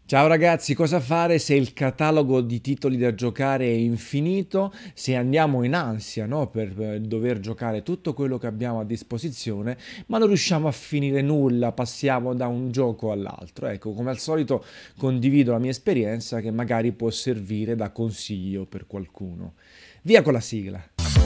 Ciao ragazzi, cosa fare se il catalogo di titoli da giocare è infinito, se andiamo in ansia, no, per dover giocare tutto quello che abbiamo a disposizione, ma non riusciamo a finire nulla, passiamo da un gioco all'altro. Ecco, come al solito condivido la mia esperienza che magari può servire da consiglio per qualcuno. Via con la sigla.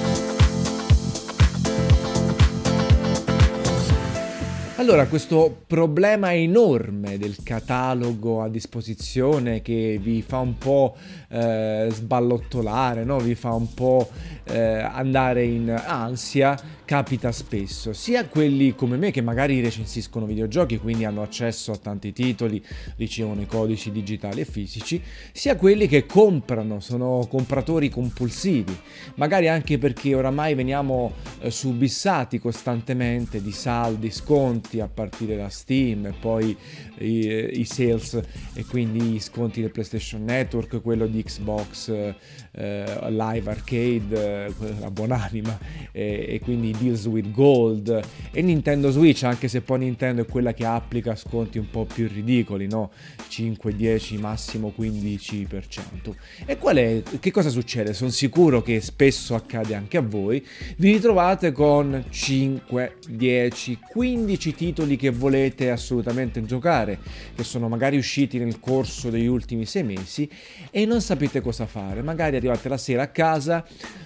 Allora, questo problema enorme del catalogo a disposizione che vi fa un po' sballottolare, no? Vi fa un po' andare in ansia, capita spesso, sia a quelli come me che magari recensiscono videogiochi, quindi hanno accesso a tanti titoli, ricevono i codici digitali e fisici, sia a quelli che comprano, sono compratori compulsivi, magari anche perché oramai veniamo subissati costantemente di saldi, sconti a partire da Steam e poi i sales e quindi gli sconti del PlayStation Network, quello di Xbox Live Arcade, la buonanima, e quindi deals with gold, e Nintendo Switch, anche se poi Nintendo è quella che applica sconti un po' più ridicoli, no? 5, 10, massimo 15%. E che cosa succede? Sono sicuro che spesso accade anche a voi. Vi ritrovate con 5, 10, 15 titoli che volete assolutamente giocare, che sono magari usciti nel corso degli ultimi 6 mesi e non sapete cosa fare. Magari arrivate la sera a casa,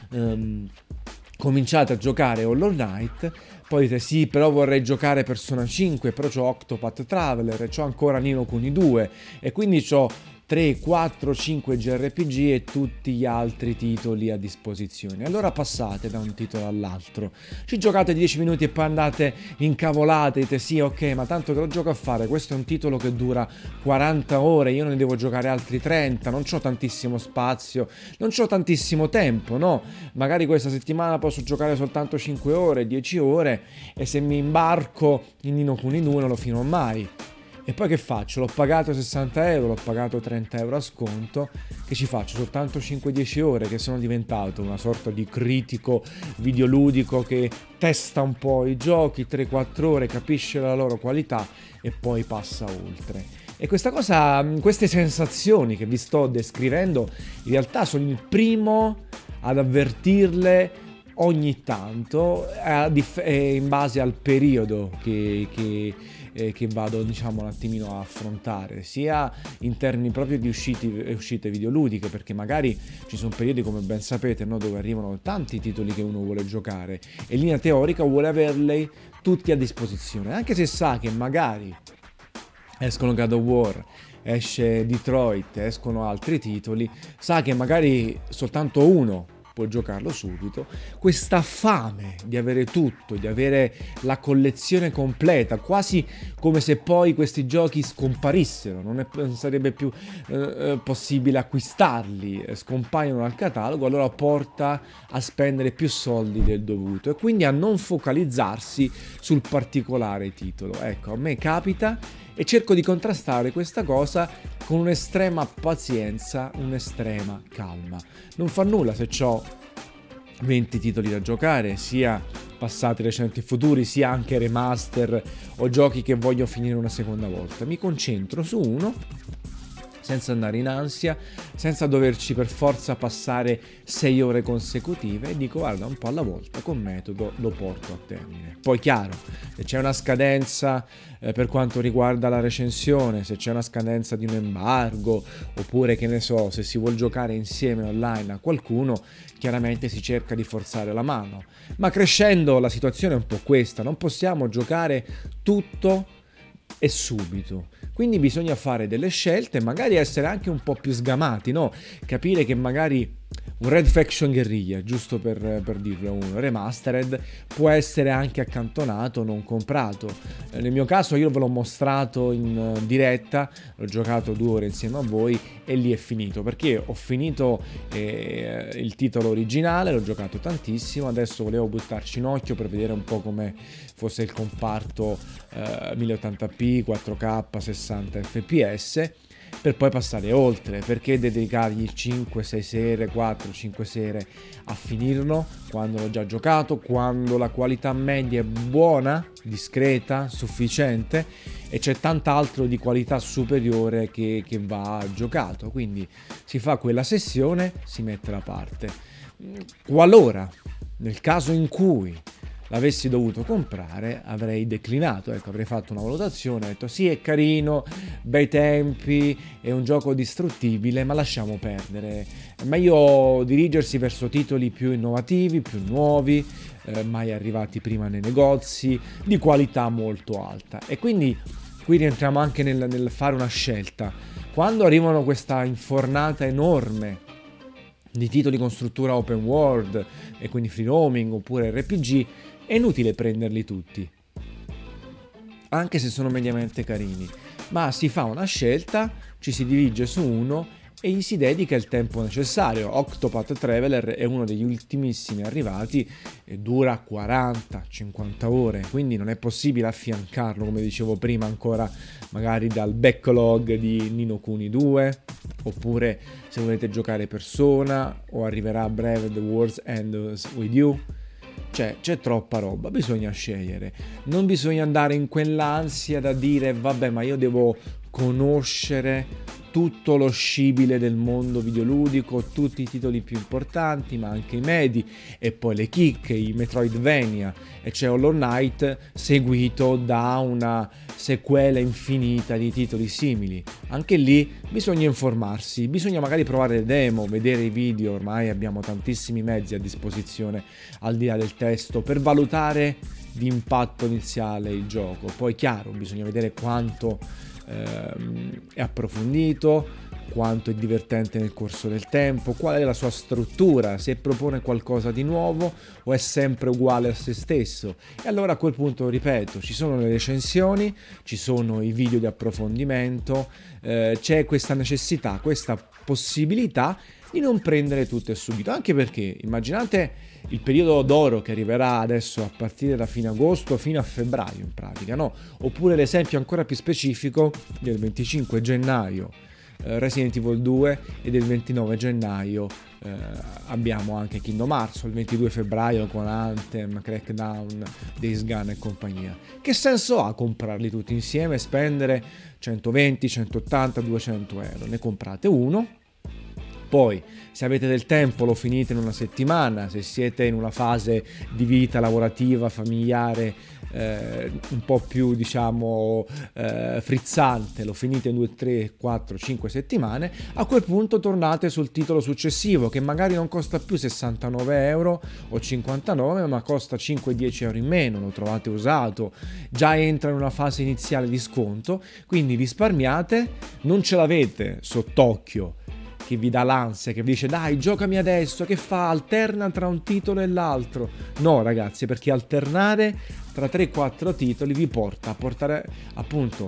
cominciate a giocare Hollow Knight, poi dite sì, però vorrei giocare Persona 5, però c'ho Octopath Traveler, e c'ho ancora Ni no Kuni 2 e quindi c'ho 3, 4, 5 JRPG e tutti gli altri titoli a disposizione. Allora passate da un titolo all'altro, ci giocate 10 minuti e poi andate incavolate, dite sì, ok, ma tanto che lo gioco a fare, questo è un titolo che dura 40 ore, io ne devo giocare altri 30, non c'ho tantissimo spazio, non c'ho tantissimo tempo, no? Magari questa settimana posso giocare soltanto 5 ore, 10 ore, e se mi imbarco in Ni no Kuni 2 non lo finirò mai. E poi che faccio? L'ho pagato 60 euro, l'ho pagato 30 euro a sconto, che ci faccio? Soltanto 5-10 ore, che sono diventato una sorta di critico videoludico che testa un po' i giochi, 3-4 ore, capisce la loro qualità e poi passa oltre. E queste sensazioni che vi sto descrivendo, in realtà sono il primo ad avvertirle ogni tanto, in base al periodo che vado, diciamo, un attimino a affrontare, sia in termini proprio di uscite videoludiche, perché magari ci sono periodi, come ben sapete, no, dove arrivano tanti titoli che uno vuole giocare e in linea teorica vuole averli tutti a disposizione, anche se sa che magari escono God of War, esce Detroit, escono altri titoli, sa che magari soltanto uno può giocarlo subito. Questa fame di avere tutto, di avere la collezione completa, quasi come se poi questi giochi scomparissero, non sarebbe più possibile acquistarli, scompaiono dal catalogo, allora porta a spendere più soldi del dovuto e quindi a non focalizzarsi sul particolare titolo. Ecco, a me capita e cerco di contrastare questa cosa con un'estrema pazienza, un'estrema calma. Non fa nulla se ho 20 titoli da giocare, sia passati, recenti e futuri, sia anche remaster o giochi che voglio finire una seconda volta. Mi concentro su uno senza andare in ansia, senza doverci per forza passare 6 ore consecutive, e dico guarda, un po' alla volta, con metodo lo porto a termine. Poi chiaro, se c'è una scadenza per quanto riguarda la recensione, se c'è una scadenza di un embargo, oppure che ne so, se si vuol giocare insieme online a qualcuno, chiaramente si cerca di forzare la mano. Ma crescendo la situazione è un po' questa, non possiamo giocare tutto e subito, quindi bisogna fare delle scelte, magari essere anche un po' più sgamati, no? Capire che magari un Red Faction Guerrilla, giusto per dirlo, uno remastered, può essere anche accantonato, non comprato. Nel mio caso io ve l'ho mostrato in diretta, l'ho giocato 2 ore insieme a voi e lì è finito, perché ho finito il titolo originale, l'ho giocato tantissimo, adesso volevo buttarci un occhio per vedere un po' come fosse il comparto 1080p, 4K, 60 fps, per poi passare oltre. Perché dedicargli 5-6 sere, 4-5 sere a finirlo quando l'ho già giocato, quando la qualità media è buona, discreta, sufficiente, e c'è tant'altro di qualità superiore che va giocato, quindi si fa quella sessione, si mette da parte. Qualora, nel caso in cui l'avessi dovuto comprare, avrei declinato, ecco, avrei fatto una valutazione, ho detto sì, è carino, bei tempi, è un gioco distruttibile, ma lasciamo perdere. È meglio dirigersi verso titoli più innovativi, più nuovi, mai arrivati prima nei negozi, di qualità molto alta. E quindi qui rientriamo anche nel fare una scelta. Quando arrivano questa infornata enorme di titoli con struttura open world e quindi free roaming oppure RPG, è inutile prenderli tutti, anche se sono mediamente carini, ma si fa una scelta, ci si dirige su uno e gli si dedica il tempo necessario. Octopath Traveler è uno degli ultimissimi arrivati e dura 40-50 ore, quindi non è possibile affiancarlo, come dicevo prima, ancora magari dal backlog di Ni no Kuni 2, oppure se volete giocare Persona, o arriverà a breve The World's End With You. Cioè, c'è troppa roba, bisogna scegliere. Non bisogna andare in quell'ansia da dire vabbè, ma io devo conoscere tutto lo scibile del mondo videoludico, tutti i titoli più importanti, ma anche i medi, e poi le chicche, i Metroidvania, e c'è Hollow Knight seguito da una sequela infinita di titoli simili. Anche lì bisogna informarsi, bisogna magari provare le demo, vedere i video, ormai abbiamo tantissimi mezzi a disposizione al di là del testo per valutare l'impatto iniziale il gioco. Poi chiaro, bisogna vedere quanto è approfondito, quanto è divertente nel corso del tempo, qual è la sua struttura, se propone qualcosa di nuovo o è sempre uguale a se stesso. E allora a quel punto, ripeto, ci sono le recensioni, ci sono i video di approfondimento, c'è questa necessità, questa possibilità di non prendere tutto e subito, anche perché immaginate il periodo d'oro che arriverà adesso a partire da fine agosto fino a febbraio in pratica, no? Oppure l'esempio ancora più specifico del 25 gennaio Resident Evil 2 e del 29 gennaio abbiamo anche Kingdom Hearts, il 22 febbraio con Anthem, Crackdown, Days Gone e compagnia. Che senso ha comprarli tutti insieme e spendere 120, 180, 200 euro? Ne comprate uno. Poi, se avete del tempo, lo finite in una settimana. Se siete in una fase di vita lavorativa, familiare, un po' più, diciamo, frizzante, lo finite in 2, 3, 4, 5 settimane. A quel punto tornate sul titolo successivo, che magari non costa più 69 euro o 59, ma costa 5-10 euro in meno. Lo trovate usato, già entra in una fase iniziale di sconto, quindi risparmiate, non ce l'avete sott'occhio che vi dà l'ansia, che vi dice dai giocami adesso, che fa? Alterna tra un titolo e l'altro. No ragazzi, perché alternare tra 3-4 titoli vi porta a portare appunto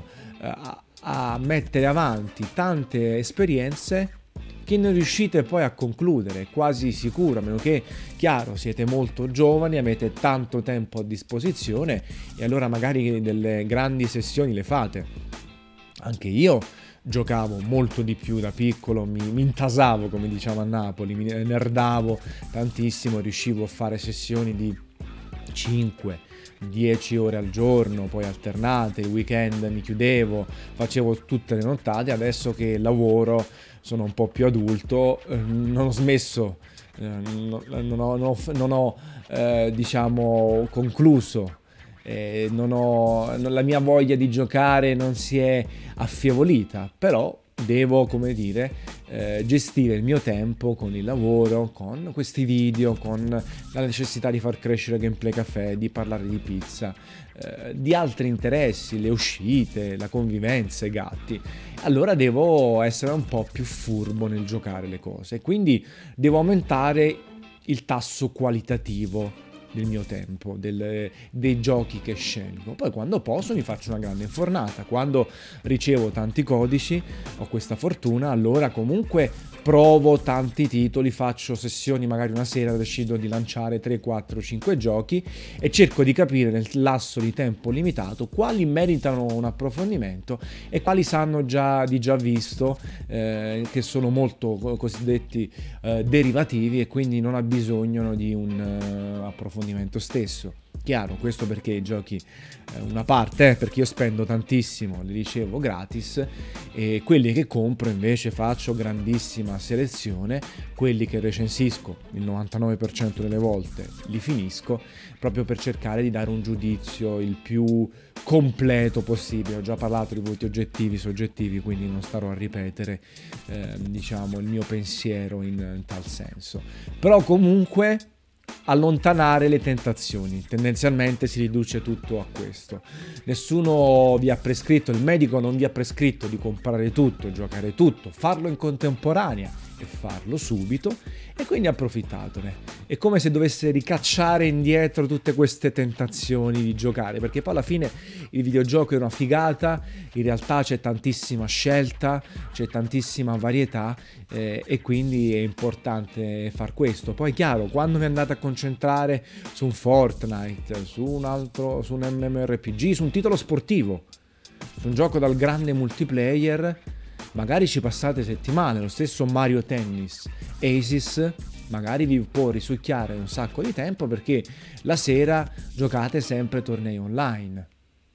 a mettere avanti tante esperienze che non riuscite poi a concludere, quasi sicuro, a meno che, chiaro, siete molto giovani, avete tanto tempo a disposizione e allora magari delle grandi sessioni le fate. Anche io giocavo molto di più da piccolo, mi intasavo, come diciamo a Napoli, mi nerdavo tantissimo, riuscivo a fare sessioni di 5-10 ore al giorno, poi alternate, il weekend mi chiudevo, facevo tutte le nottate. Adesso che lavoro, sono un po' più adulto, non ho smesso, non ho diciamo concluso. La mia voglia di giocare non si è affievolita, però devo, come dire, gestire il mio tempo con il lavoro, con questi video, con la necessità di far crescere Gameplay Café, di parlare di pizza, di altri interessi, le uscite, la convivenza, i gatti. Allora devo essere un po' più furbo nel giocare le cose, quindi devo aumentare il tasso qualitativo del mio tempo, dei giochi che scelgo. Poi quando posso mi faccio una grande infornata, quando ricevo tanti codici, ho questa fortuna, allora comunque provo tanti titoli, faccio sessioni, magari una sera decido di lanciare 3, 4, 5 giochi e cerco di capire nel lasso di tempo limitato quali meritano un approfondimento e quali sanno già visto, che sono molto cosiddetti derivativi e quindi non abbisognano di un approfondimento l'apprendimento stesso. Chiaro, questo perché i giochi, una parte, perché io spendo tantissimo, li ricevo gratis, e quelli che compro invece faccio grandissima selezione, quelli che recensisco il 99% delle volte li finisco, proprio per cercare di dare un giudizio il più completo possibile. Ho già parlato di voti oggettivi, soggettivi, quindi non starò a ripetere diciamo il mio pensiero in tal senso. Però comunque allontanare le tentazioni, tendenzialmente si riduce tutto a questo. Nessuno vi ha prescritto, il medico non vi ha prescritto di comprare tutto, giocare tutto, farlo in contemporanea e farlo subito, e quindi approfittatene. È come se dovesse ricacciare indietro tutte queste tentazioni di giocare, perché poi alla fine il videogioco è una figata, in realtà c'è tantissima scelta, c'è tantissima varietà, e quindi è importante far questo. Poi chiaro, quando vi andate a concentrare su un Fortnite, su un MMORPG, su un titolo sportivo, su un gioco dal grande multiplayer, magari ci passate settimane. Lo stesso Mario Tennis Aces magari vi può risucchiare un sacco di tempo, perché la sera giocate sempre tornei online.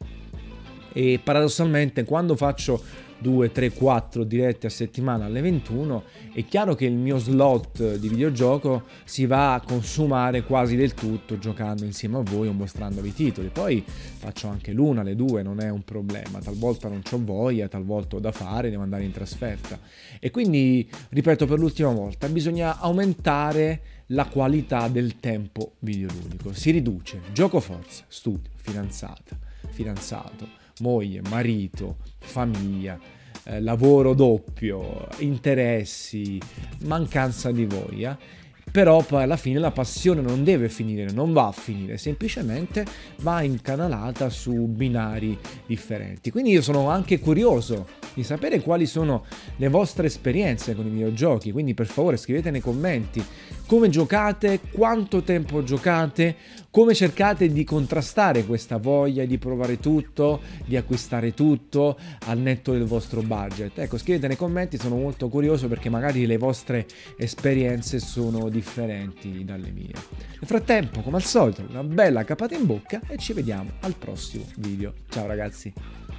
E paradossalmente quando faccio 2, 3, 4 dirette a settimana alle 21, è chiaro che il mio slot di videogioco si va a consumare quasi del tutto giocando insieme a voi o mostrandovi i titoli. Poi faccio anche l'1, le 2, non è un problema, talvolta non c'ho voglia, talvolta ho da fare, devo andare in trasferta. E quindi, ripeto per l'ultima volta, bisogna aumentare la qualità del tempo videoludico. Si riduce gioco forza, studio, fidanzato, moglie, marito, famiglia, lavoro doppio, interessi, mancanza di voglia. Però poi alla fine la passione non deve finire, non va a finire, semplicemente va incanalata su binari differenti. Quindi io sono anche curioso di sapere quali sono le vostre esperienze con i videogiochi, quindi per favore scrivete nei commenti come giocate, quanto tempo giocate, come cercate di contrastare questa voglia di provare tutto, di acquistare tutto al netto del vostro budget. Ecco, scrivete nei commenti, sono molto curioso perché magari le vostre esperienze sono differenti dalle mie. Nel frattempo, come al solito, una bella capata in bocca e ci vediamo al prossimo video. Ciao ragazzi!